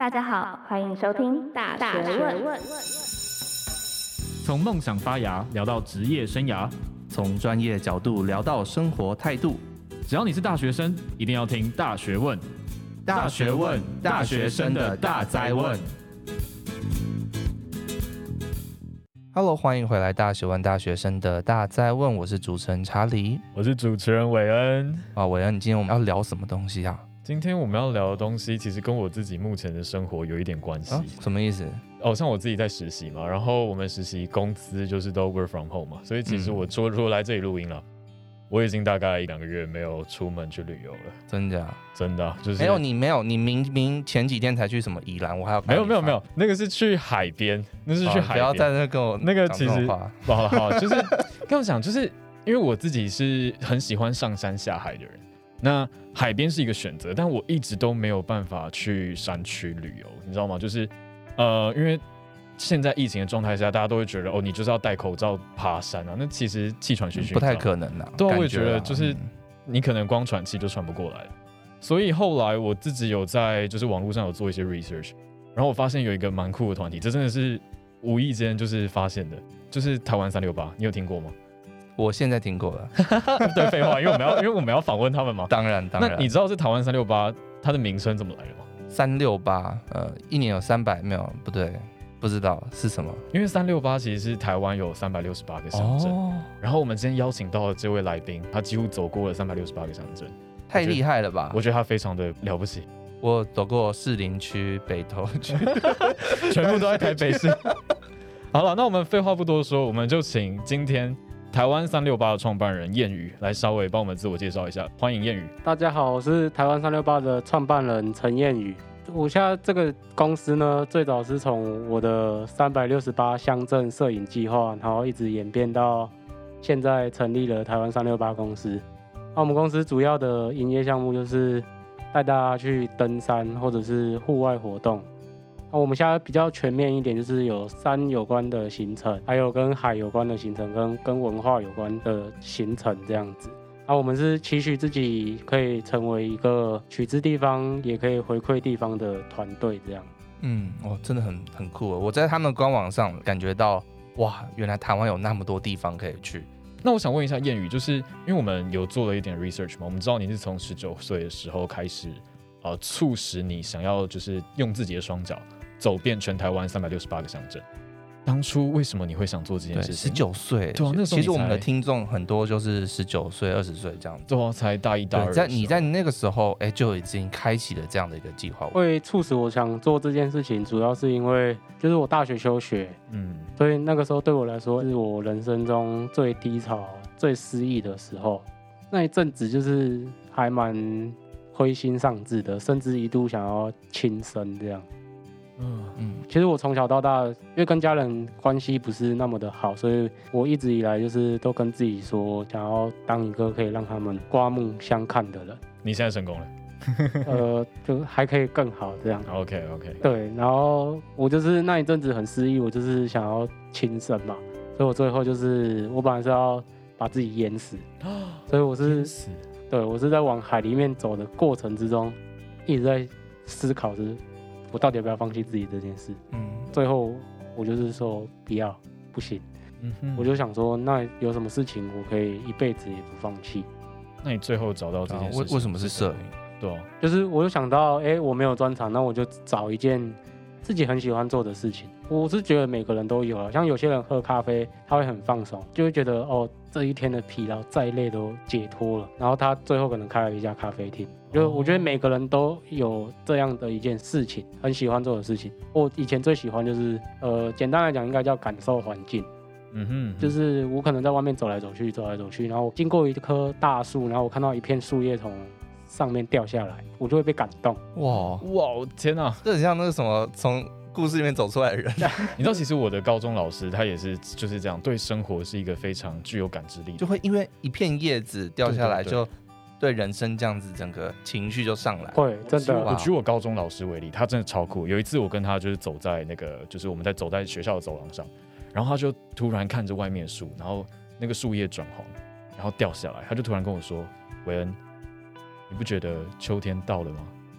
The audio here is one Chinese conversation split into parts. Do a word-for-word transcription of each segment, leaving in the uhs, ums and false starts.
大家好，欢迎收听大学问。 从梦想发芽聊到职业生涯， 从专业角度聊到生活态度。 只要你是大学生，一定要听大学问。 大学问，大学生的大哉问。Hello， 欢迎回来，大学问，大学生的大哉问。我是主持人查理， 我是主持人韦恩。 啊，韦恩，今天我们要聊什么东西啊？ 今天我们要聊的东西，其实跟我自己目前的生活有一点关系。 啊、什么意思？ 哦，像我自己在实习嘛，然后我们实习工资就是都 work from home 嘛，所以其实我除了来这里录音了，嗯、我已经大概一两个月没有出门去旅游了。真的？ 真的、啊，就是没有你没有，你明明前几天才去什么宜兰，我还要没有没有没有，那个是去海边，那是去海边。不要在那跟我那个其实好好，就是跟我讲，就是因为我自己是很喜欢上山下海的人。那海边是一个选择，但我一直都没有办法去山区旅游，你知道吗？就是呃，因为现在疫情的状态下，大家都会觉得哦，你就是要戴口罩爬山啊，那其实气喘吁吁， 不太可能啊。 对啊，我也觉得就是你可能光喘气就喘不过来。所以后来我自己有在就是网络上有做一些 research， 然后我发现有一个蛮酷的团体，这真的是无意间就是发现的，就是台湾三六八，你有听过吗？ 我现在听过了。 对，废话，因为我们要因为我们要访问他们嘛。 当然当然。 那你知道是台湾三六八它的名称怎么来的吗？ 三六八，呃，一年有三百没有？不对，不知道是什么。 因为三六八其实是台湾有三百六十八个乡镇、哦，然后我们今天邀请到的这位来宾，他几乎走过了三百六十八个乡镇， 太厉害了吧？ 我觉得他非常的了不起。 我走过士林区、北投区， 全部都在台北市。好了，那我们废话不多说，我们就请今天台湾三六八的创办人燕宇来稍微帮我们自我介绍一下，欢迎燕宇。 大家好，我是台湾三六八的创办人陈燕宇。我现在这个公司呢，最早是从我的三百六十八乡镇摄影计划，然后一直演变到现在成立了台湾三六八公司。那我们公司主要的营业项目就是带大家去登山或者是户外活动。那我们现在比较全面一点，就是有山有关的行程，还有跟海有关的行程，跟跟文化有关的行程这样子。那我们是期许自己可以成为一个取之地方，也可以回馈地方的团队这样。 嗯，哦，真的很很酷。我在他们官网上感觉到，哇，原来台湾有那么多地方可以去。 那我想问一下燕宇，就是因为我们有做了一点 research 嘛，我们知道你是从十九岁的时候开始，呃，促使你想要就是用自己的双脚走遍全台湾三百六十八个乡镇。当初为什么你会想做这件事情？ 十九岁， 对啊，那时候其实我们的听众很多就是十九岁、二十岁这样子， 对啊，才大一、大二的时候。 在你在那个时候，哎，就已经开启了这样的一个计划。 会促使我想做这件事情，主要是因为就是我大学休学，嗯，所以那个时候对我来说是我人生中最低潮、最失意的时候。那一阵子就是还蛮灰心丧志的，甚至一度想要轻生这样。嗯嗯，其实我从小到大，因为跟家人关系不是那么的好，所以我一直以来就是都跟自己说，想要当一个可以让他们刮目相看的人。 你现在成功了？ 呃，就还可以更好这样。 OK OK。 对，然后我就是那一阵子很失意，我就是想要轻生嘛，所以我最后就是我本来是要把自己淹死，所以我是对我是在往海里面走的过程之中，一直在思考是。我到底要不要放弃自己这件事？嗯，最后我就是说不要，不行。嗯哼，我就想说，那有什么事情我可以一辈子也不放弃？ 那你最后找到这件事情、 啊、为, 为什么是摄影？ 对啊， 就是我就想到，哎、欸，我没有专长，那我就找一件自己很喜欢做的事情。我是觉得每个人都有了，像有些人喝咖啡，他会很放松，就会觉得哦，这一天的疲劳再累都解脱了，然后他最后可能开了一家咖啡厅。就我觉得每个人都有这样的一件事情，很喜欢做的事情。我以前最喜欢就是，呃，简单来讲应该叫感受环境。嗯哼, 嗯哼，就是我可能在外面走来走去，走来走去，然后经过一棵大树，然后我看到一片树叶从上面掉下来，我就会被感动。 哇哇，天哪， 这很像那个什么从故事里面走出来的人。 你知道，其实我的高中老师他也是就是这样，对生活是一个非常具有感知力的， 就会因为一片叶子掉下来就。对人生这样子，整个情绪就上来。 会，真的。 我举我高中老师为例，他真的超酷。有一次我跟他就是走在那个，就是我们在走在学校的走廊上，然后他就突然看着外面的树，然后那个树叶转黄，然后掉下来，他就突然跟我说：“韦恩，你不觉得秋天到了吗？”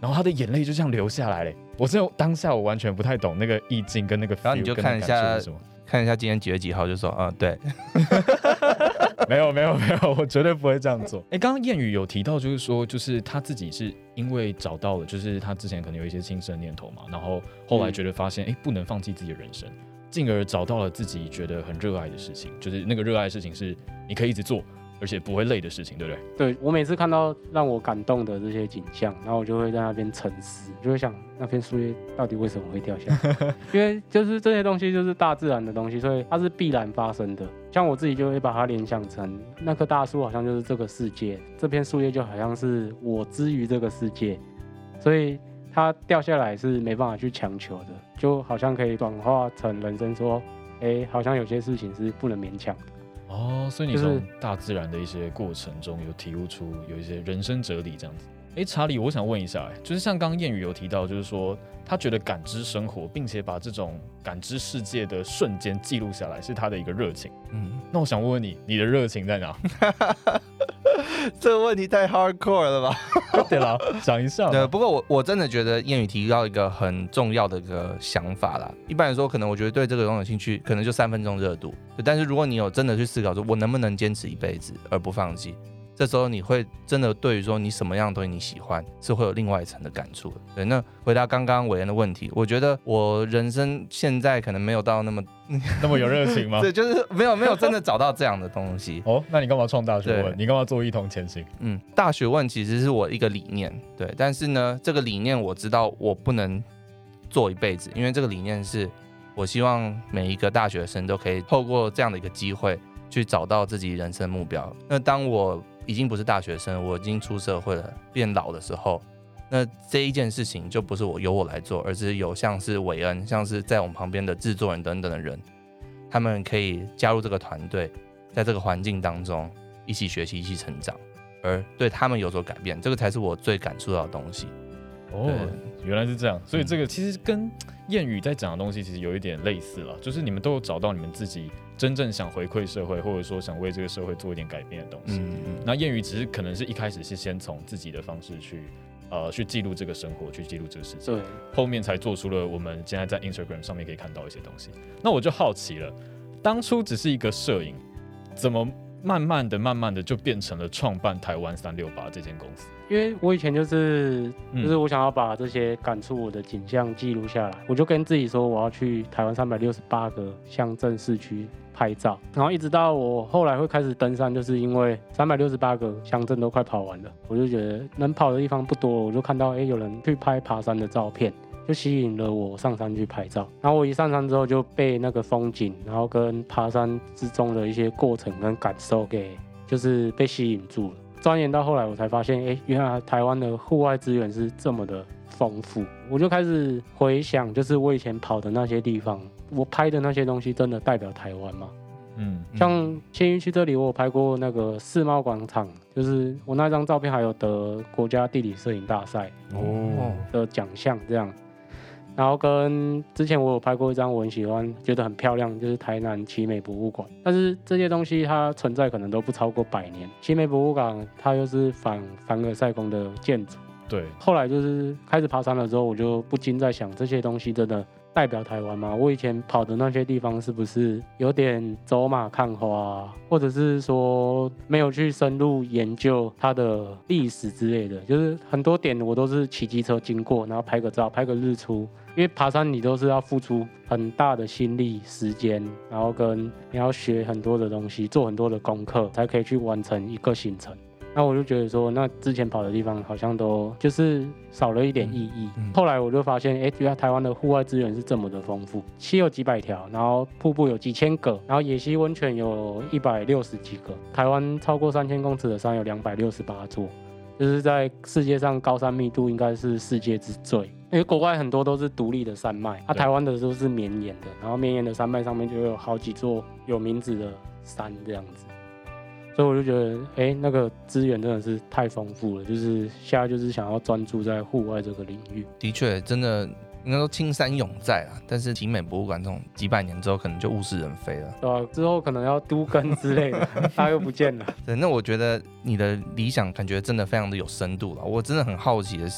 然后他的眼泪就这样流下来嘞。我这当下我完全不太懂那个意境跟那个 feel， 然后你就看一下什么， 看一下今天几月几号，就说嗯对。 没有没有没有，我绝对不会这样做。哎，刚刚谚语有提到，就是说，就是他自己是因为找到了，就是他之前可能有一些轻生念头嘛，然后后来觉得发现，哎、嗯，不能放弃自己的人生，进而找到了自己觉得很热爱的事情，就是那个热爱的事情是你可以一直做，而且不会累的事情，对不对？ 对，我每次看到让我感动的这些景象，然后我就会在那边沉思，就会想那片树叶到底为什么会掉下来？因为就是这些东西就是大自然的东西，所以它是必然发生的。像我自己就会把它联想成那棵大树好像就是这个世界，这片树叶就好像是我之于这个世界，所以它掉下来是没办法去强求的，就好像可以转化成人生说，哎，好像有些事情是不能勉强的。 哦，所以你从大自然的一些过程中有体悟出有一些人生哲理这样子。哎，查理，我想问一下，就是像刚刚谚语有提到，就是说他觉得感知生活，并且把这种感知世界的瞬间记录下来，是他的一个热情。嗯，那我想问问你，你的热情在哪？ 这个问题太 hardcore 了吧？ 对了，讲一下。 对，不过我我真的觉得谚语提到一个很重要的一个想法啦。一般来说，可能我觉得对这个东西有兴趣，可能就三分钟热度。但是如果你有真的去思考说，我能不能坚持一辈子而不放弃？这时候你会真的对于说你什么样的东西你喜欢，是会有另外一层的感触的。对，那回答刚刚伟恩的问题，我觉得我人生现在可能没有到那么那么有热情吗？ 对，就是没有没有真的找到这样的东西。 哦，那你干嘛创大学问？你干嘛做一同前行？ 嗯，大学问其实是我一个理念，对，但是呢，这个理念我知道我不能做一辈子，因为这个理念是我希望每一个大学生都可以透过这样的一个机会去找到自己人生目标。那当我已经不是大学生，我已经出社会了，变老的时候，那这一件事情就不是我由我来做，而是有像是韦恩，像是在我们旁边的制作人等等的人，他们可以加入这个团队，在这个环境当中一起学习，一起成长，而对他们有所改变，这个才是我最感触到的东西。 哦，原来是这样，所以这个其实跟谚语在讲的东西其实有一点类似了，就是你们都有找到你们自己真正想回馈社会，或者说想为这个社会做一点改变的东西。嗯嗯，那谚语只是可能是一开始是先从自己的方式去呃去记录这个生活，去记录这个世界，对，后面才做出了我们现在在 Instagram 上面可以看到一些东西。那我就好奇了，当初只是一个摄影，怎么慢慢的、慢慢的就变成了创办台湾三六八这间公司？ 因为我以前就是就是我想要把这些感触我的景象记录下来，我就跟自己说我要去台湾三百六十八个乡镇市区拍照，然后一直到我后来会开始登山，就是因为三百六十八个乡镇都快跑完了，我就觉得能跑的地方不多，我就看到哎有人去拍爬山的照片，就吸引了我上山去拍照。然后我一上山之后就被那个风景，然后跟爬山之中的一些过程跟感受给就是被吸引住了。钻研到后来，我才发现，哎，原来台湾的户外资源是这么的丰富。我就开始回想，就是我以前跑的那些地方，我拍的那些东西，真的代表台湾吗？嗯，像千余区这里，我有拍过那个世贸广场，就是我那张照片还有得国家地理摄影大赛的奖项这样。然后跟之前我有拍过一张我很喜欢觉得很漂亮，就是台南奇美博物馆，但是这些东西它存在可能都不超过百年。奇美博物馆它又是反凡尔赛宫的建筑， 对。后来就是开始爬山了之后，我就不禁在想，这些东西真的代表台湾吗？我以前跑的那些地方是不是有点走马看花，或者是说没有去深入研究它的历史之类的？就是很多点我都是骑机车经过，然后拍个照，拍个日出。因为爬山你都是要付出很大的心力、时间，然后跟你要学很多的东西，做很多的功课，才可以去完成一个行程。那我就觉得说，那之前跑的地方好像都就是少了一点意义。嗯嗯、后来我就发现，哎，原来台湾的户外资源是这么的丰富，溪有几百条，然后瀑布有几千个，然后野溪温泉有一百六十几个，台湾超过三千公尺的山有两百六十八座，就是在世界上高山密度应该是世界之最。因为国外很多都是独立的山脉，啊，台湾的都是绵延的，然后绵延的山脉上面就有好几座有名字的山这样子，所以我就觉得，哎，那个资源真的是太丰富了，就是现在就是想要专注在户外这个领域。 的确，真的应该说青山永在啊，但是奇美博物馆这种几百年之后可能就物是人非了， 对啊，之后可能要都更之类的，它又不见了。 对，那我觉得你的理想感觉真的非常的有深度了。我真的很好奇的是，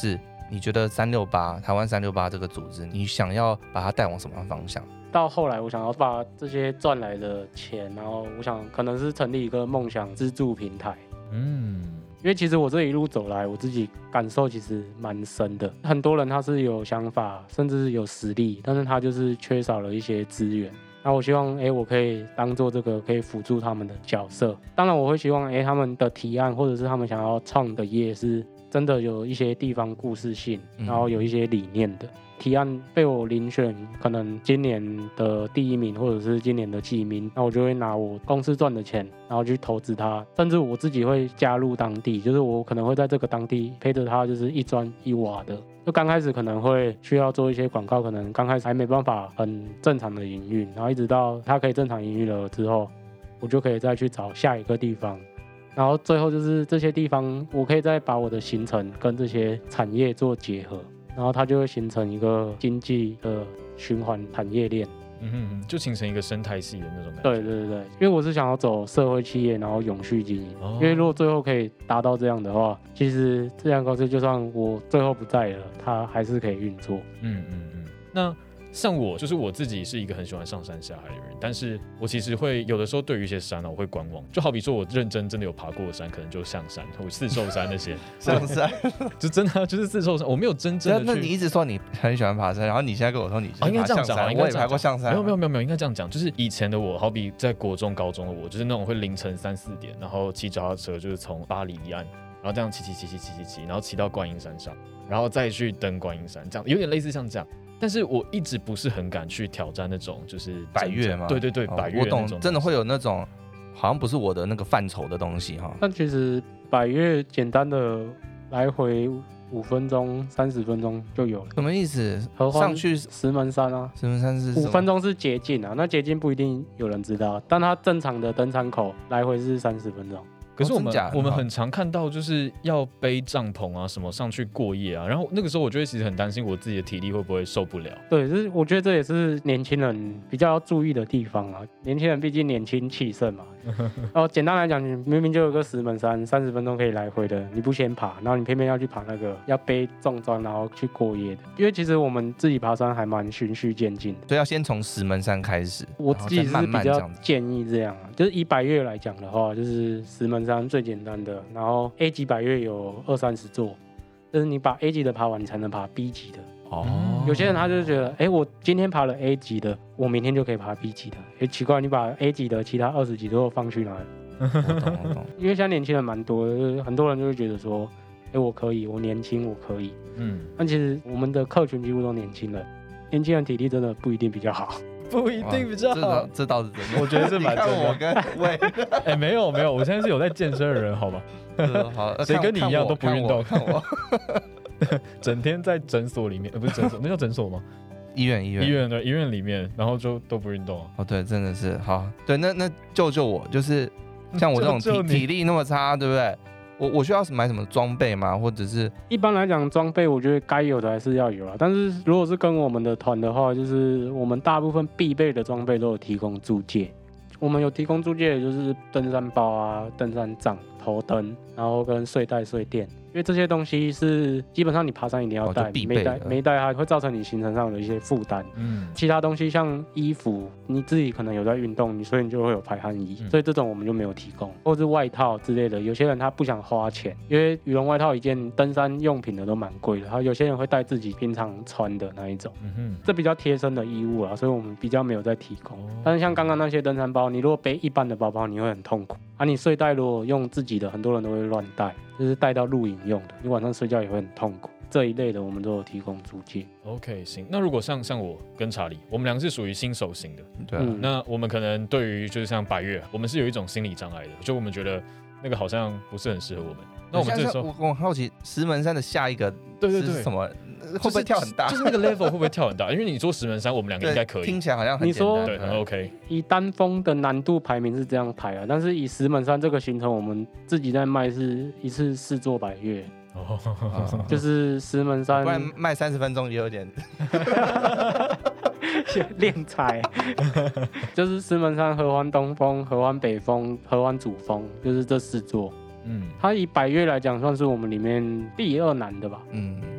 你觉得三六八台湾三六八这个组织，你想要把它带往什么样的方向？ 到后来，我想要把这些赚来的钱，然后我想可能是成立一个梦想资助平台。 嗯， 因为其实我这一路走来，我自己感受其实蛮深的。很多人他是有想法，甚至是有实力，但是他就是缺少了一些资源。那我希望，哎，我可以当做这个可以辅助他们的角色。当然，我会希望，哎，他们的提案或者是他们想要创的业是真的有一些地方故事性，然后有一些理念的。提案被我遴选，可能今年的第一名或者是今年的季名，那我就会拿我公司赚的钱，然后去投资它，甚至我自己会加入当地，就是我可能会在这个当地陪着他，就是一砖一瓦的。就刚开始可能会需要做一些广告，可能刚开始还没办法很正常的营运，然后一直到它可以正常营运了之后，我就可以再去找下一个地方。然后最后就是这些地方，我可以再把我的行程跟这些产业做结合，然后它就会形成一个经济的循环产业链。 嗯哼哼，就形成一个生态系的那种感觉。 对对对，因为我是想要走社会企业，然后永续经营。 哦因为如果最后可以达到这样的话，其实这家公司就算我最后不在了，它还是可以运作。 嗯嗯嗯。那像我，就是我自己是一个很喜欢上山下海的人，但是我其实会有的时候对于一些山呢、啊，我会观望。就好比说我认真真的有爬过的山，可能就象山或四兽山那些。 象山， 就真的、啊、就是四兽山，我没有真正的去。 那你一直说你很喜欢爬山，然后你现在跟我说你哦，应该这样讲啊，应该我也爬过象山。 没有没有没有没有，应该这样讲，就是以前的我，好比在国中、高中的我，就是那种会凌晨三四点，然后骑脚踏车，就是从巴黎离岸，然后这样骑骑骑骑骑骑骑，然后骑到观音山上，然后再去登观音山，这样有点类似像这样。但是我一直不是很敢去挑战那种就是百岳嘛， 对对对， 哦百岳我懂， 那种真的会有那种好像不是我的那个范畴的东西哈。 但其实百岳简单的来回五分钟、三十分钟就有了。 什么意思？ 合欢上去石门山啊， 石门山是什么五分钟是捷径啊，那捷径不一定有人知道，但它正常的登山口来回是三十分钟。 可是我们、 哦真假的我们很常看到就是要背帐篷啊什么上去过夜啊，然后那个时候我就会其实很担心我自己的体力会不会受不了。 对，就是我觉得这也是年轻人比较要注意的地方啊。年轻人毕竟年轻气盛嘛。然后简单来讲，你明明就有个石门山，三十分钟可以来回的，你不先爬，然后你偏偏要去爬那个要背重装然后去过夜的。因为其实我们自己爬山还蛮循序渐进的， 所以要先从石门山开始。 我自己是慢比较慢这样子建议这样啊，就是以百岳来讲的话，就是石门山最简单的，然后 A 级百岳有二三十座，就是你把 A 级的爬完，你才能爬 B 级的。 哦有些人他就觉得，哎、我今天爬了 A 级的，我明天就可以爬 B 级的。哎，奇怪，你把 A 级的其他二十级都放去哪里？ 我懂我懂。 因为现在年轻人蛮多的，就是很多人就会觉得说，哎，我可以，我年轻，我可以。 嗯， 但其实我们的客群几乎都年轻人，年轻人体力真的不一定比较好。 不一定比较好这倒。这倒是真的。 我觉得这蛮你看真的我跟魏， 哎、没有没有，我现在是有在健身的人，好吧？ 呃好， 谁跟你一样都不运动看我，看我整天在诊所里面，呃，不是诊所，那叫诊所吗？ 医院医院医院的医院里面，然后就都不运动啊。 哦，对，真的是好。对，那那救救我，就是像我这种体救救你体力那么差，对不对？我我需要买什么装备吗？或者是一般来讲，装备我觉得该有的还是要有啦。但是如果是跟我们的团的话，就是我们大部分必备的装备都有提供租借。我们有提供租借的就是登山包啊、登山杖、头灯，然后跟睡袋、睡垫。因为这些东西是基本上你爬山一定要哦带， 就必备的没带没带它会造成你行程上的一些负担。 嗯， 其他东西像衣服，你自己可能有在运动，你所以你就会有排汗衣， 嗯所以这种我们就没有提供，或是外套之类的。有些人他不想花钱，因为羽绒外套一件登山用品的都蛮贵的，然后有些人会带自己平常穿的那一种， 嗯哼， 这比较贴身的衣物啊，所以我们比较没有在提供。 哦但是像刚刚那些登山包，你如果背一般的包包，你会很痛苦啊。你睡袋如果用自己的，很多人都会乱带，就是带到露营用的，你晚上睡觉也会很痛苦。这一类的我们都有提供租借。 OK， 行。那如果像像我跟查理，我们两个是属于新手型的， 对啊、 嗯那我们可能对于就是像百岳，我们是有一种心理障碍的，就我们觉得那个好像不是很适合我们。那我们这时候， 我我很好奇，石门山的下一个对对对， 是什么？会不会跳很大？ 就是那个 level 会不会跳很大？因为你说石门山，我们两个应该可以， 听起来好像很简单， 你说对，很 OK。 以单峰的难度排名是这样排啊，但是以石门山这个行程，我们自己在卖是一次四座百岳， 哦， 啊就是石门山不然卖三十分钟也有点练财，就是石门山、合欢东峰、合欢北峰、合欢主峰，就是这四座。 嗯， 它以百岳来讲，算是我们里面第二难的吧。 嗯，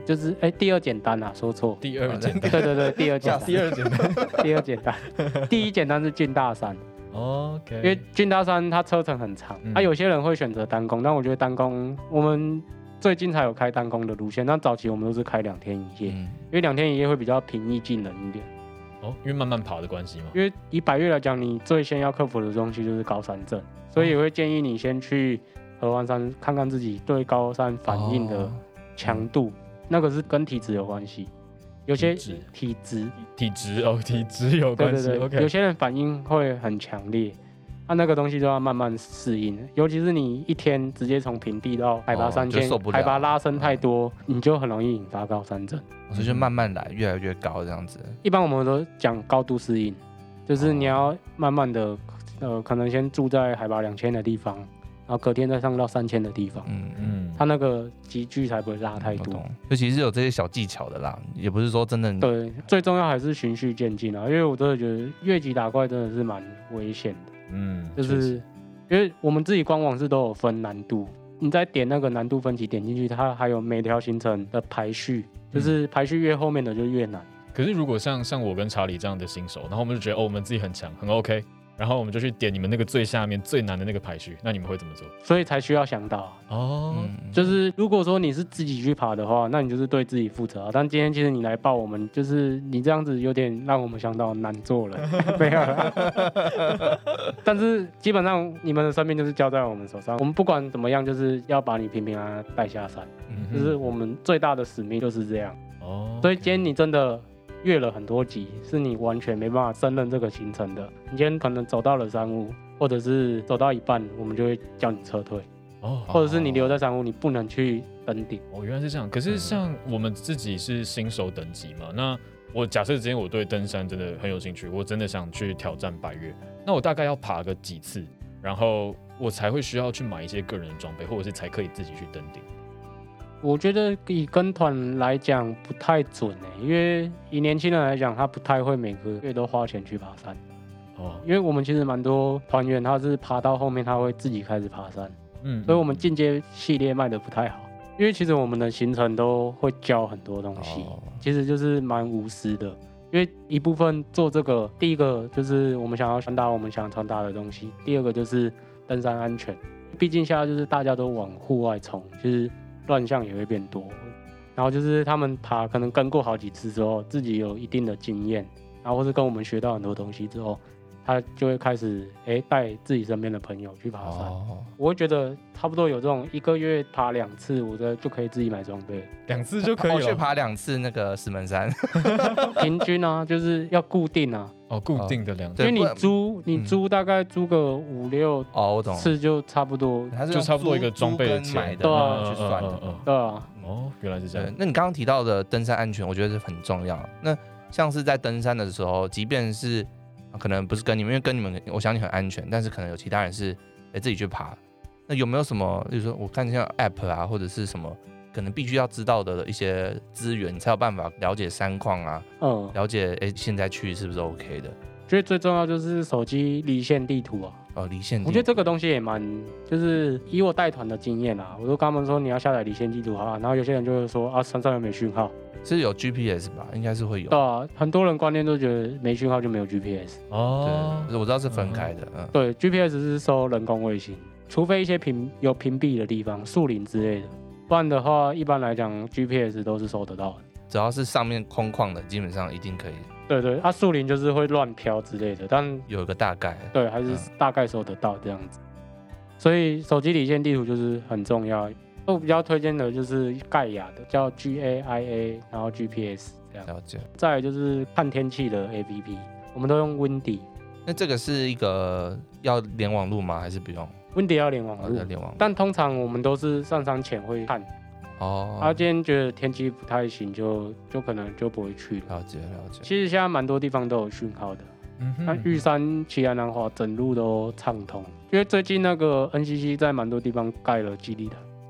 就是哎、欸、第二简单啊，说错， 第二简单， 对对对，第二简单， 第二简单， 第二简单，第一简单是郡大山。 OK， 因为郡大山它车程很长，嗯、啊，有些人会选择单攻，但我觉得单攻我们最近才有开单攻的路线，但早期我们都是开两天一夜，嗯、因为两天一夜会比较平易近人一点。 哦，因为慢慢爬的关系嘛。 因为以百岳来讲，你最先要克服的东西就是高山症，所以也会建议你先去合欢山看看自己对高山反应的强度，哦嗯、那个是跟体质有关系。有些体质体质哦，体质有关系。 对对对， okay 有些人反应会很强烈，那、啊、那个东西就要慢慢适应。尤其是你一天直接从平地到海拔三千、哦，海拔拉升太多，嗯、你就很容易引发高山症。 所以就慢慢来，越来越高这样子。 一般我们都讲高度适应，就是你要慢慢的，呃，可能先住在海拔两千的地方。然后隔天再上到三千的地方，嗯嗯，它那个集距才不会拉太多。 就其实有这些小技巧的啦，也不是说真的。 对，最重要还是循序渐进啊，因为我真的觉得越级打怪真的是蛮危险的。嗯，就是因为我们自己官网是都有分难度，你再点那个难度分级点进去，它还有每条行程的排序，就是排序越后面的就越难。 可是如果像像我跟查理这样的新手，然后我们就觉得哦，我们自己很强，很 OK。然后我们就去点你们那个最下面最难的那个排序，那你们会怎么做？ 所以才需要向导哦、嗯。就是如果说你是自己去爬的话，那你就是对自己负责啊。但今天其实你来报我们，就是你这样子有点让我们向导难做了，没有啦。但是基本上你们的生命就是交在我们手上，我们不管怎么样，就是要把你平平安安带下山，嗯、就是我们最大的使命就是这样。哦，所以今天你真的越了很多级，是你完全没办法胜任这个行程的。你今天可能走到了山屋，或者是走到一半，我们就会叫你撤退。哦，或者是你留在山屋，你不能去登顶。 哦，原来是这样。可是像我们自己是新手等级嘛，那我假设今天我对登山真的很有兴趣，我真的想去挑战百岳，那我大概要爬个几次，然后我才会需要去买一些个人的装备，或者是才可以自己去登顶。 我觉得以跟团来讲不太准哎、欸，因为以年轻人来讲，他不太会每个月都花钱去爬山。哦，因为我们其实蛮多团员，他是爬到后面他会自己开始爬山，嗯，所以我们进阶系列卖的不太好。因为其实我们的行程都会教很多东西，哦、其实就是蛮无私的。因为一部分做这个，第一个就是我们想要传达我们想传达的东西，第二个就是登山安全。毕竟现在就是大家都往户外冲，就是乱象也会变多，然后就是他们爬可能跟过好几次之后，自己有一定的经验，然后或是跟我们学到很多东西之后，他就会开始哎带自己身边的朋友去爬山。哦、我会觉得差不多有这种一个月爬两次，我觉得就可以自己买装备， 两次就可以了。 我去爬两次那个石门山， 平均啊，就是要固定啊。 哦，固定的两次， 因为你租你租大概租个五六次就差不多， 就差不多一个装备的钱， 对啊，去算的， 对啊。 哦，原来是这样。 那你刚刚提到的登山安全，我觉得是很重要。那像是在登山的时候，即便是可能不是跟你们，因为跟你们我相信很安全，但是可能有其他人是哎自己去爬。那有没有什么，比如说我看像 app 啊，或者是什么？可能必须要知道的一些资源，你才有办法了解山况啊，嗯，了解哎现在去是不是 OK 的。 觉得最重要就是手机离线地图啊， 哦，离线地图， 我觉得这个东西也蛮，就是以我带团的经验啊，我都跟他们说你要下载离线地图啊，然后有些人就会说啊山上有没有讯号， 是有 G P S 吧，应该是会有。 对啊，很多人观念都觉得没讯号就没有 G P S。 哦，对，我知道是分开的，嗯， 对 ，G P S 是收人工卫星，除非一些屏有屏蔽的地方，树林之类的。不然的话，一般来讲 G P S 都是收得到的， 只要是上面空旷的，基本上一定可以。 对对，它、啊、树林就是会乱飘之类的，但有一个大概， 对，还是大概收得到这样子。嗯、所以手机离线地图就是很重要。我比较推荐的就是盖亚的，叫 G A I A， 然后 G P S 这样。 了解。 再来就是看天气的 A P P， 我们都用 Windy。 那这个是一个要连网路吗？还是不用 ？Windy 要连网路， 哦、连网路。 但通常我们都是上山前会看。哦，他、啊、今天觉得天气不太行就，就就可能就不会去了。 了解了解。 其实现在蛮多地方都有讯号的，嗯哼，那玉山、奇莱南华整路都畅通，因为最近那个 N C C 在蛮多地方盖了基地台。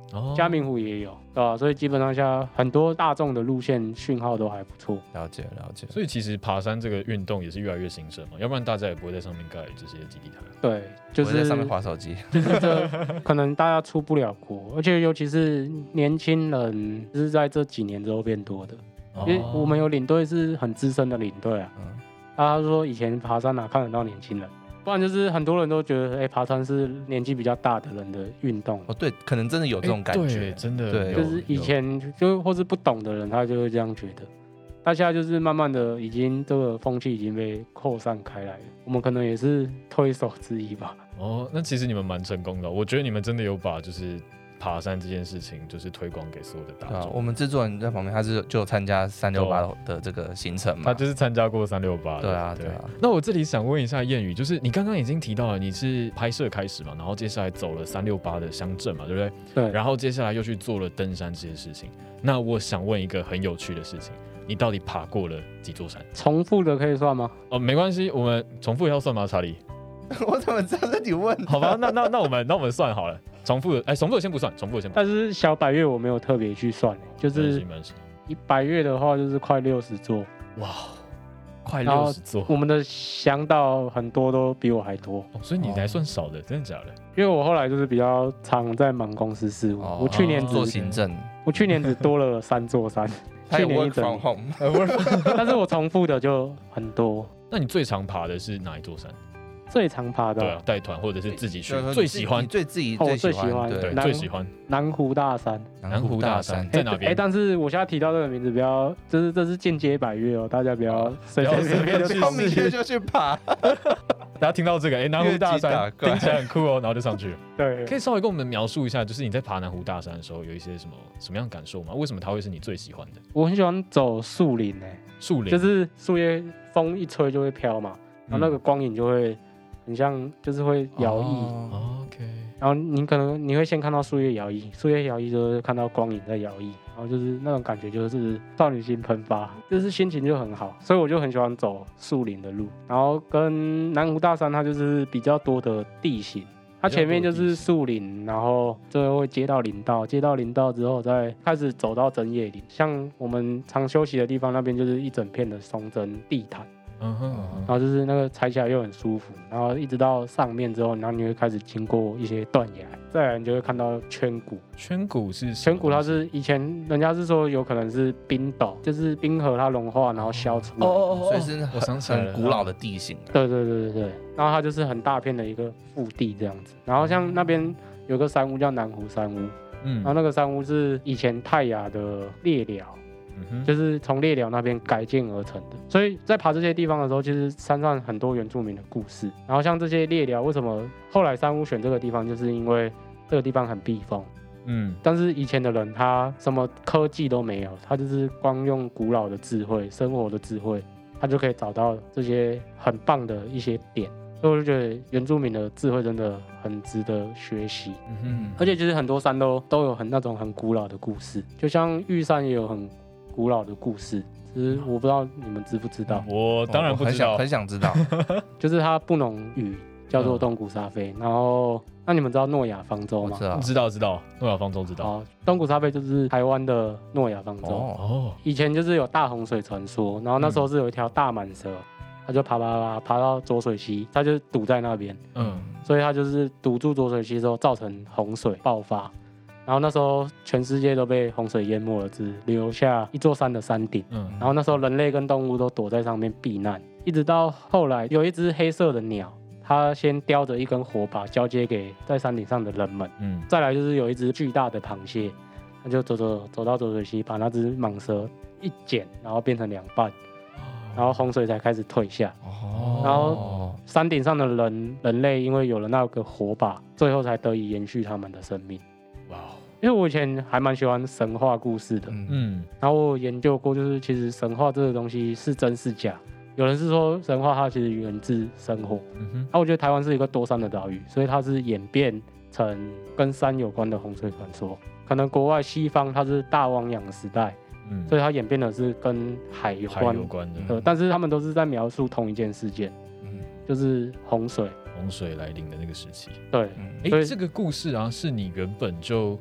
哦嘉明湖也有，对吧、所以基本上下很多大众的路线讯号都还不错。 了解了解。 所以其实爬山这个运动也是越来越兴盛嘛，要不然大家也不会在上面盖这些基地台。 对，就是我在上面滑手机。 就是这可能大家出不了国，而且尤其是年轻人，是在这几年之后变多的。因为我们有领队是很资深的领队啊， 嗯， 他说以前爬山哪看得到年轻人，不然就是很多人都觉得，哎、爬山是年纪比较大的人的运动。 哦对，可能真的有这种感欸觉， 对真的对有就是以前就或是不懂的人，他就会这样觉得。但现在就是慢慢的，已经这个风气已经被扩散开来了。我们可能也是推手之一吧。 哦，那其实你们蛮成功的，我觉得你们真的有把就是爬山这件事情就是推广给所有的大对啊， 众。 我们制作人在旁边，他是就有参加三六八的这个行程嘛， 他就是参加过三六八的。 对啊对啊。 那我这里想问一下谚语，就是你刚刚已经提到了你是拍摄开始嘛，然后接下来走了三六八的乡镇嘛，对不对？ 对。 然后接下来又去做了登山这件事情。那我想问一个很有趣的事情，你到底爬过了几座山？ 重复的可以算吗？ 哦，没关系，我们重复要算吗？查理？ 我怎么知道是你问？ 好吧，那那那我们那我们算好了，重复的哎，重复的先不算，重复的先不算。 但是小百岳我没有特别去算，就是一百岳的话就是快六十座。 哇，快六十座！ 我们的乡道很多都比我还多， 哦、所以你还算少的，哦、真的假的？ 因为我后来就是比较常在忙公司事务，哦、我去年只做行政， 我去年只多了三座山。 他有 work from home， 但是我重复的就很多。 那你最常爬的是哪一座山？ 最常爬的， 对啊，带团或者是自己去，最喜欢， 最自己最喜欢， 对，最喜欢南湖大山。 南湖大山在哪边？ 哎，但是我现在提到这个名字，不要，就是这是进阶百岳哦，大家不要随随便便就去，明天就去爬。 大家听到这个，哎，南湖大山听起来很酷哦，然后就上去了。 对， 可以稍微跟我们描述一下，就是你在爬南湖大山的时候有一些什么什么样的感受吗？为什么它会是你最喜欢的？ 我很喜欢走树林诶， 树林就是树叶风一吹就会飘嘛，然后那个光影就会。很像，就是会摇曳、 哦、，OK。 然后你可能你会先看到树叶摇曳，树叶摇曳就是看到光影在摇曳，然后就是那种感觉就是少女心喷发，就是心情就很好，所以我就很喜欢走树林的路。然后跟南湖大山它就是比较多的地形，它前面就是树林，然后最后会接到林道，接到林道之后再开始走到针叶林，像我们常休息的地方那边就是一整片的松针地毯。 嗯哼， 然后就是那个踩起来又很舒服，然后一直到上面之后，然后你会开始经过一些断崖，再来你就会看到圈谷。 圈谷是圈谷，它是以前人家是说有可能是冰斗，就是冰河它融化然后消出来， 哦哦哦，所以是我想起来了， 很古老的地形。 对对对对对，然后它就是很大片的一个腹地这样子，然后像那边有个山屋叫南湖山屋，嗯，然后那个山屋是以前泰雅的猎寮。嗯、就是从猎寮那边改建而成的，所以在爬这些地方的时候，其实山上很多原住民的故事。然后像这些猎寮，为什么后来山屋选这个地方，就是因为这个地方很避风。嗯，但是以前的人他什么科技都没有，他就是光用古老的智慧、生活的智慧，他就可以找到这些很棒的一些点。所以我就觉得原住民的智慧真的很值得学习。嗯哼，而且其实很多山都都有很那种很古老的故事，就像玉山也有很古老的故事，只是我不知道你们知不知道。 我当然不知道， 哦、很想知道。 就是它布农语叫做东古沙菲，然后那你们知道诺亚方舟吗？ 知道， 知道，知道。诺亚方舟知道。 哦，东古沙菲就是台湾的诺亚方舟。哦，以前就是有大洪水传说，然后那时候是有一条大蟒蛇，它就爬爬爬爬到浊水溪，它就堵在那边。嗯，所以它就是堵住浊水溪之后，造成洪水爆发。然后那时候全世界都被洪水淹没了，只留下一座山的山顶。嗯，然后那时候人类跟动物都躲在上面避难，一直到后来有一只黑色的鸟，它先叼着一根火把交接给在山顶上的人们。嗯，再来就是有一只巨大的螃蟹，它就走走走到浊水溪，把那只蟒蛇一剪，然后变成两半，然后洪水才开始退下。哦，然后山顶上的人人类因为有了那个火把，最后才得以延续他们的生命。哇，因为我以前还蛮喜欢神话故事的，嗯，然后我研究过，就是其实神话这个东西是真是假。有人是说神话它其实源自生活，嗯哼，那我觉得台湾是一个多山的岛屿，所以它是演变成跟山有关的洪水传说。可能国外西方它是大汪洋时代，嗯，所以它演变的是跟海有关， 海有关的， 呃，但是他们都是在描述同一件事件，嗯，就是洪水。 洪水来临的那个时期， 对， 哎、欸，这个故事啊，是你原本就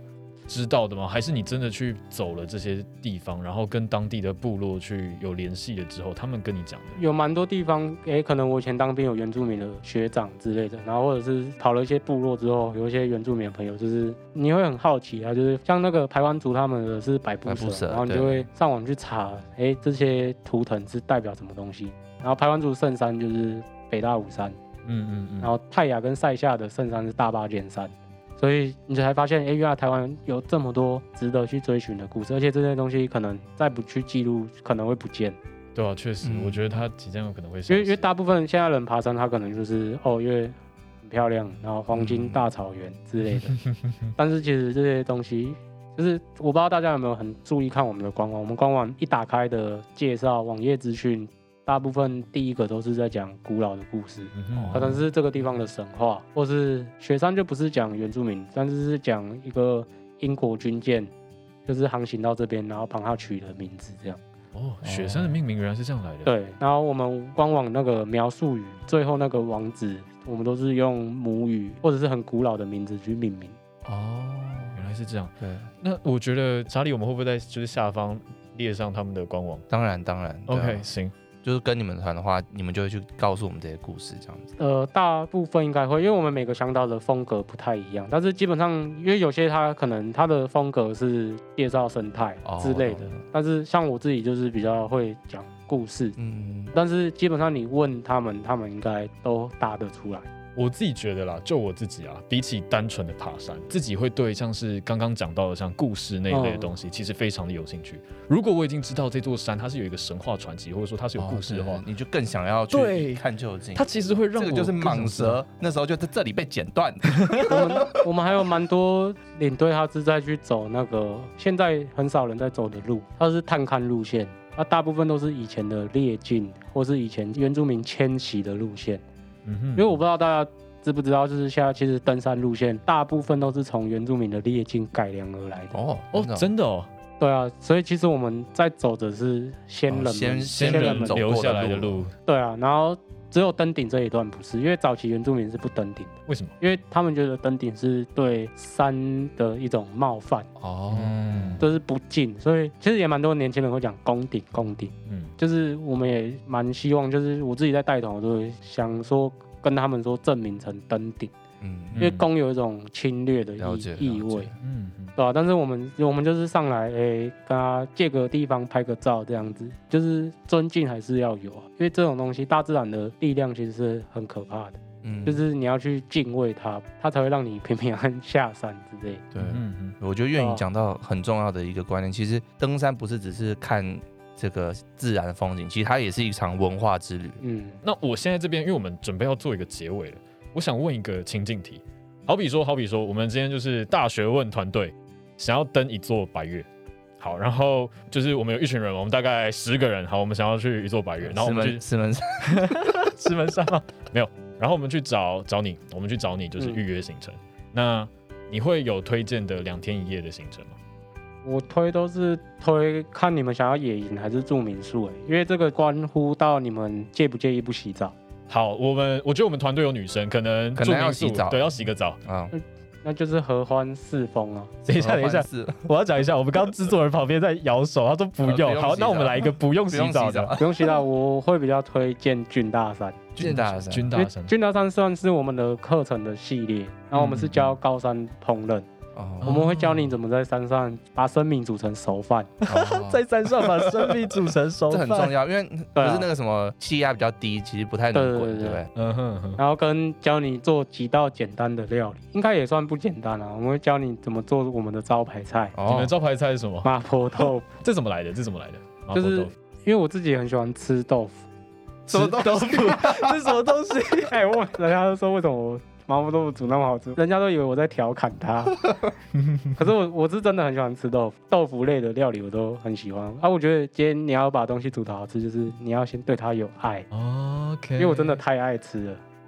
知道的吗？还是你真的去走了这些地方，然后跟当地的部落去有联系了之后，他们跟你讲的？ 有蛮多地方，哎，可能我以前当兵有原住民的学长之类的，然后或者是跑了一些部落之后，有一些原住民的朋友，就是你会很好奇啊，就是像那个排湾族他们的是百步蛇， 百步蛇然后你就会上网去查，哎，这些图腾是代表什么东西。然后排湾族圣山就是北大武山， 嗯嗯嗯， 然后泰雅跟塞夏的圣山是大巴尖山。所以你才发现，哎，原来台湾有这么多值得去追寻的故事，而且这些东西可能再不去记录，可能会不见。 对啊，确实， 嗯我觉得它即将有可能会消失， 因为因为大部分现在人爬山，他可能就是哦，因为很漂亮，然后黄金大草原之类的。但是其实这些东西，就是我不知道大家有没有很注意看我们的官网，我们官网一打开的介绍网页资讯。大部分第一个都是在讲古老的故事， 嗯可能是这个地方的神话，或是雪山就不是讲原住民，但是是讲一个英国军舰，就是航行到这边，然后帮他取了名字这样。 哦，雪山的命名原来是这样来的。 对，然后我们官网那个描述语最后那个网址，我们都是用母语或者是很古老的名字去命名。 哦，原来是这样。 对， 那我觉得查理，我们会不会在就是下方列上他们的官网当然当然。对啊 ？OK，行。 就是跟你们团的话，你们就会去告诉我们这些故事，这样子。 呃，大部分应该会，因为我们每个向导的风格不太一样，但是基本上，因为有些他可能他的风格是介绍生态之类的， 哦、 但是像我自己就是比较会讲故事， 嗯， 但是基本上你问他们，他们应该都答得出来。 我自己觉得啦，就我自己啊，比起单纯的爬山，自己会对像是刚刚讲到的像故事那一类的东西，嗯、其实非常的有兴趣。如果我已经知道这座山它是有一个神话传奇，或者说它是有故事的话， 哦、你就更想要去看究竟。 它其实会让我这个就是蟒蛇，那时候就在这里被剪断。 我们我们还有蛮多领队，他是在去走那个现在很少人在走的路，它是探勘路线，它大部分都是以前的猎境或是以前原住民迁徙的路线。 嗯哼， 因为我不知道大家知不知道，就是现在其实登山路线大部分都是从原住民的猎境改良而来的。 哦哦，真的哦。 对啊，所以其实我们在走的是先人们、 哦、先先人们留下来的路。 对啊，然后只有登顶这一段不是，因为早期原住民是不登顶的。 为什么？ 因为他们觉得登顶是对山的一种冒犯， 哦， 就是不敬，所以其实也蛮多年轻人会讲攻顶，攻顶。 嗯， 就是我们也蛮希望，就是我自己在带团，我都会想说跟他们说证明成登顶。 嗯， 因为攻有一种侵略的意意味， 嗯， 对吧、啊？但是我们我们就是上来，哎，跟他借个地方拍个照，这样子，就是尊敬还是要有啊。因为这种东西，大自然的力量其实是很可怕的，嗯，就是你要去敬畏它，它才会让你平平安安下山之类的。 对，嗯嗯，我觉得愿意讲到很重要的一个观念，其实登山不是只是看这个自然风景，其实它也是一场文化之旅。 嗯， 那我现在这边，因为我们准备要做一个结尾了。我想问一个情境题，好比说，好比说，我们今天就是大学问团队想要登一座百岳，好，然后就是我们有一群人，我们大概十个人，好，我们想要去一座百岳，然后我们去石门山， 石门山吗？没有，然后我们去找找你，我们去找你，就是预约行程。嗯、那你会有推荐的两天一夜的行程吗？ 我推都是推看你们想要野营还是住民宿，哎，因为这个关乎到你们介不介意不洗澡。 好，我们我觉得我们团队有女生，可能可能要洗澡， 对，要洗个澡啊、 嗯，那就是合欢四风啊。 等一下，等一下，我要讲一下，我们刚刚制作人旁边在摇手，他说不用。呃、好，那我们来一个不用洗澡的， 不用洗澡，我会比较推荐郡大山。 郡大山， 郡大山， 郡大山算是我们的课程的系列，然后我们是教高山烹饪。哦、我们会教你怎么在山上把生米煮成熟饭， 哦、在山上把生米煮成熟饭， 这很重要，因为不是那个什么气压比较低，其实不太能滚，对不对？ 嗯哼。 然后跟教你做几道简单的料理，应该也算不简单啊。我们会教你怎么做我们的招牌菜。 哦、你们的招牌菜是什么？ 麻婆豆腐。 这怎么来的？这怎么来的？ 就是因为我自己也很喜欢吃豆腐。 什么豆腐？这是什么东西？ 哎、欸，问人家都说为什么我麻婆豆腐煮那么好吃，人家都以为我在调侃他。可是我我是真的很喜欢吃豆腐，豆腐类的料理我都很喜欢啊。我觉得今天你要把东西煮得好吃，就是你要先对它有爱。 OK。 因为我真的太爱吃了。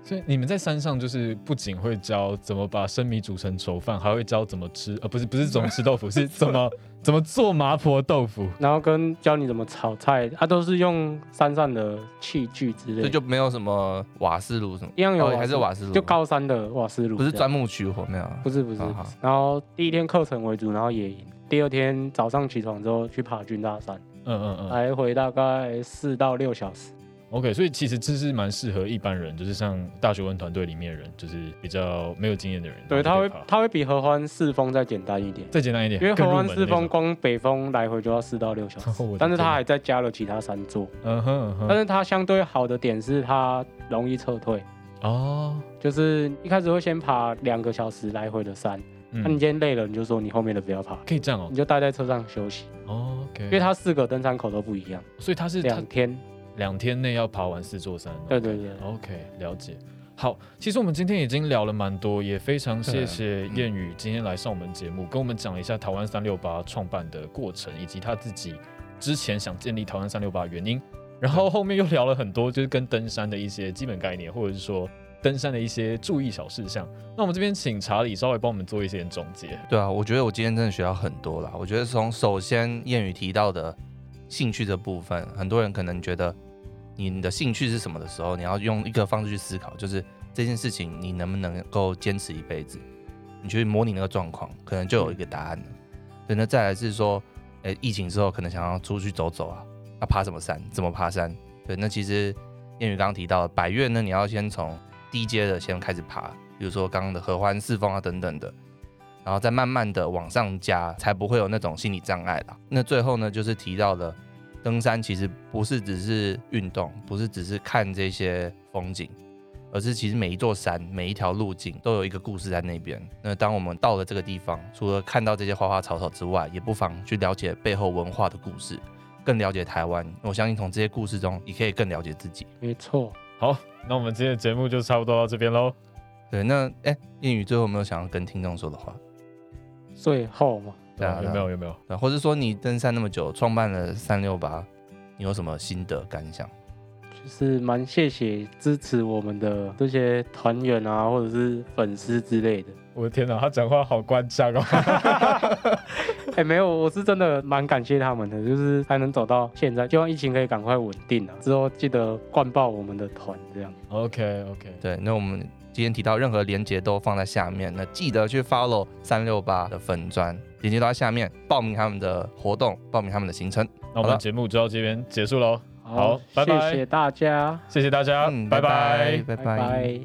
所以你们在山上就是不仅会教怎么把生米煮成熟饭，还会教怎么吃，呃，不是不是怎么吃豆腐，是怎么怎么做麻婆豆腐， 然后跟教你怎么炒菜，啊，都是用山上的器具之类的， 所以就没有什么瓦斯炉什么， 一样有瓦斯、 哦、还是瓦斯炉， 就高山的瓦斯炉， 不是钻木取火没有？ 不是不是， 好好然后第一天课程为主，然后野营，第二天早上起床之后去爬军大山， 嗯嗯嗯， 来回大概四到六小时。 OK， 所以其实这是蛮适合一般人，就是像大学问团队里面的人，就是比较没有经验的人。 对，它会它会比合欢四峰再简单一点， 再简单一点， 因为合欢四峰光北峰来回就要四到六小时，但是它还再加了其他山座。 嗯哼嗯哼。 但是它相对好的点是它容易撤退。 哦。 就是一开始会先爬两个小时来回的山，那、嗯啊、你今天累了，你就说你后面的不要爬， 可以这样哦， 你就待在车上休息。 哦 ，OK。 因为它四个登山口都不一样， 所以它是两天。 两天内要爬完四座山。 对对对 ，OK， 了解。好，其实我们今天已经聊了蛮多，也非常谢谢燕宇今天来上我们节目，跟我们讲一下台湾三六八创办的过程，以及他自己之前想建立台湾三六八的原因。然后后面又聊了很多，就是跟登山的一些基本概念，或者是说登山的一些注意小事项。那我们这边请查理稍微帮我们做一些总结。 对啊，我觉得我今天真的学到很多啦。我觉得从首先燕宇提到的兴趣这部分，很多人可能觉得你的兴趣是什么的时候，你要用一个方式去思考，就是这件事情你能不能够坚持一辈子，你去模拟那个状况，可能就有一个答案了。对，那再来是说，欸，疫情之后可能想要出去走走啊，要爬什么山，怎么爬山？对，那其实燕宇刚刚提到的百岳呢，你要先从低阶的先开始爬，比如说刚刚的合欢、四峰啊等等的，然后再慢慢的往上加，才不会有那种心理障碍啦。那最后呢，就是提到的登山其实不是只是运动，不是只是看这些风景，而是其实每一座山、每一条路径都有一个故事在那边。那当我们到了这个地方，除了看到这些花花草草之外，也不妨去了解背后文化的故事，更了解台湾。我相信从这些故事中，你可以更了解自己。 没错。 好，那我们今天的节目就差不多到这边喽。 对，那哎，燕宇最后有没有想要跟听众说的话？ 最后嘛。 对啊，有没有有没有？ 对，或者说你登山那么久，创办了三六八，你有什么心得感想？ 就是蛮谢谢支持我们的这些团员啊，或者是粉丝之类的。 我的天哪，他讲话好官腔哦！ 哎、欸，没有，我是真的蛮感谢他们的，就是才能走到现在，希望疫情可以赶快稳定啊，之后记得灌爆我们的团这样。 OK OK， 对，那我们今天提到任何连结都放在下面，那记得去 follow 三六八的粉专，连结都在下面，报名他们的活动，报名他们的行程。 那我们节目就到这边结束喽。 好，拜拜，谢谢大家， 谢谢大家，嗯、拜拜， 拜拜。拜拜。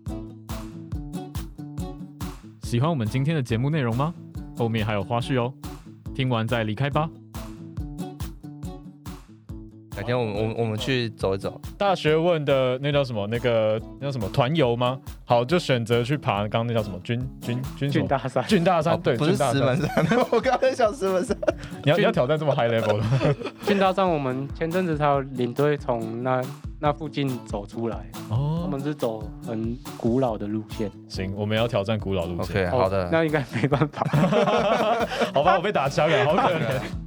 喜欢我们今天的节目内容吗？后面还有花絮哦，听完再离开吧。 改天我们我们我们去走一走。 大学问的那叫什么？那个那叫什么团游吗？好，就选择去爬刚刚那叫什么军军军军大山。 军大山、哦、对， 不是石门山。我刚才想石门山。 你要你要挑战这么 high level 的？ 军大山，我们前阵子才有领队从那那附近走出来。哦，他们是走很古老的路线。 行，我们要挑战古老路线。 OK， 好的、 哦。那应该没办法。 好吧，我被打枪了，好可怜。